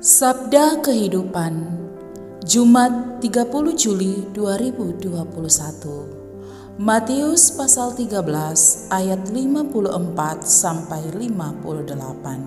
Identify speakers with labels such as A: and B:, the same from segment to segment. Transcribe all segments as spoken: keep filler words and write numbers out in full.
A: Sabda Kehidupan, Jumat tiga puluh Juli dua ribu dua puluh satu. Matius pasal tiga belas ayat lima puluh empat sampai lima puluh delapan.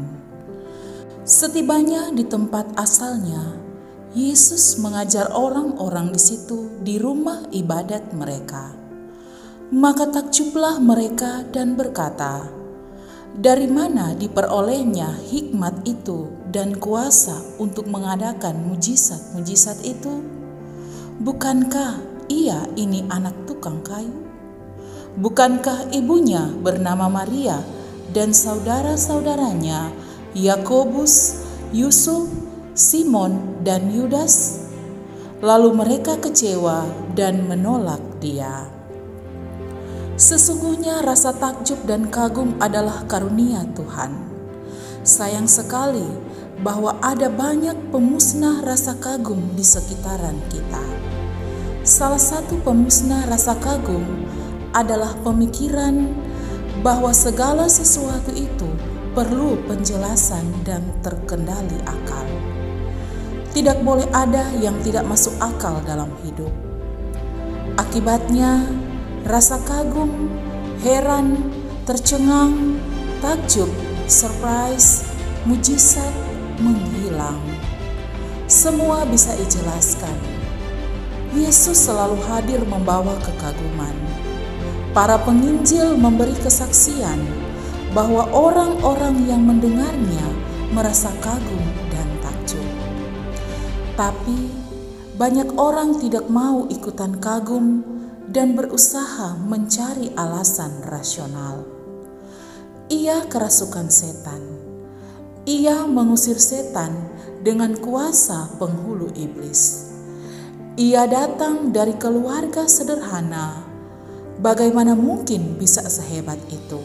A: Setibanya di tempat asalnya, Yesus mengajar orang-orang di situ di rumah ibadat mereka. Maka takjublah mereka dan berkata, "Dari mana diperolehnya hikmat itu dan kuasa untuk mengadakan mujizat-mujizat itu? Bukankah ia ini anak tukang kayu? Bukankah ibunya bernama Maria dan saudara-saudaranya Yakobus, Yusuf, Simon, dan Yudas?" Lalu mereka kecewa dan menolak dia. Sesungguhnya rasa takjub dan kagum adalah karunia Tuhan. Sayang sekali bahwa ada banyak pemusnah rasa kagum di sekitaran kita. Salah satu pemusnah rasa kagum adalah pemikiran bahwa segala sesuatu itu perlu penjelasan dan terkendali akal. Tidak boleh ada yang tidak masuk akal dalam hidup. Akibatnya, rasa kagum, heran, tercengang, takjub, surprise, mujizat menghilang. Semua bisa dijelaskan. Yesus selalu hadir membawa kekaguman. Para penginjil memberi kesaksian bahwa orang-orang yang mendengarnya merasa kagum dan takjub. Tapi banyak orang tidak mau ikutan kagum dan berusaha mencari alasan rasional. Ia kerasukan setan. Ia mengusir setan dengan kuasa penghulu iblis. Ia datang dari keluarga sederhana. Bagaimana mungkin bisa sehebat itu?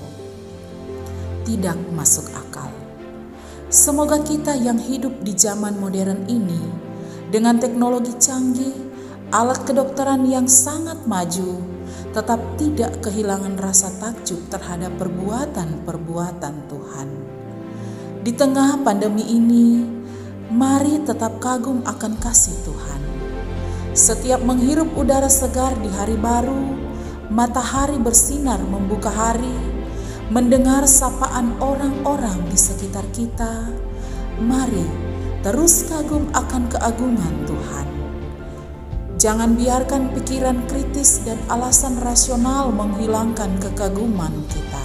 A: Tidak masuk akal. Semoga kita yang hidup di zaman modern ini dengan teknologi canggih, alat kedokteran yang sangat maju, tetap tidak kehilangan rasa takjub terhadap perbuatan-perbuatan Tuhan. Di tengah pandemi ini, mari tetap kagum akan kasih Tuhan. Setiap menghirup udara segar di hari baru, matahari bersinar membuka hari, mendengar sapaan orang-orang di sekitar kita, mari terus kagum akan keagungan Tuhan. Jangan biarkan pikiran kritis dan alasan rasional menghilangkan kekaguman kita.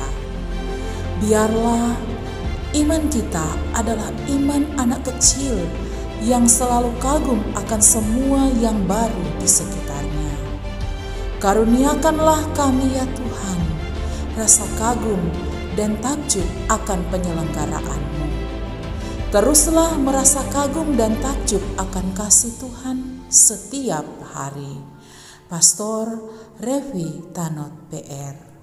A: Biarlah iman kita adalah iman anak kecil yang selalu kagum akan semua yang baru di sekitarnya. Karuniakanlah kami ya Tuhan, rasa kagum dan takjub akan penyelenggaraanmu. Teruslah merasa kagum dan takjub akan kasih Tuhan setiap hari. Pastor Revi Tanot P R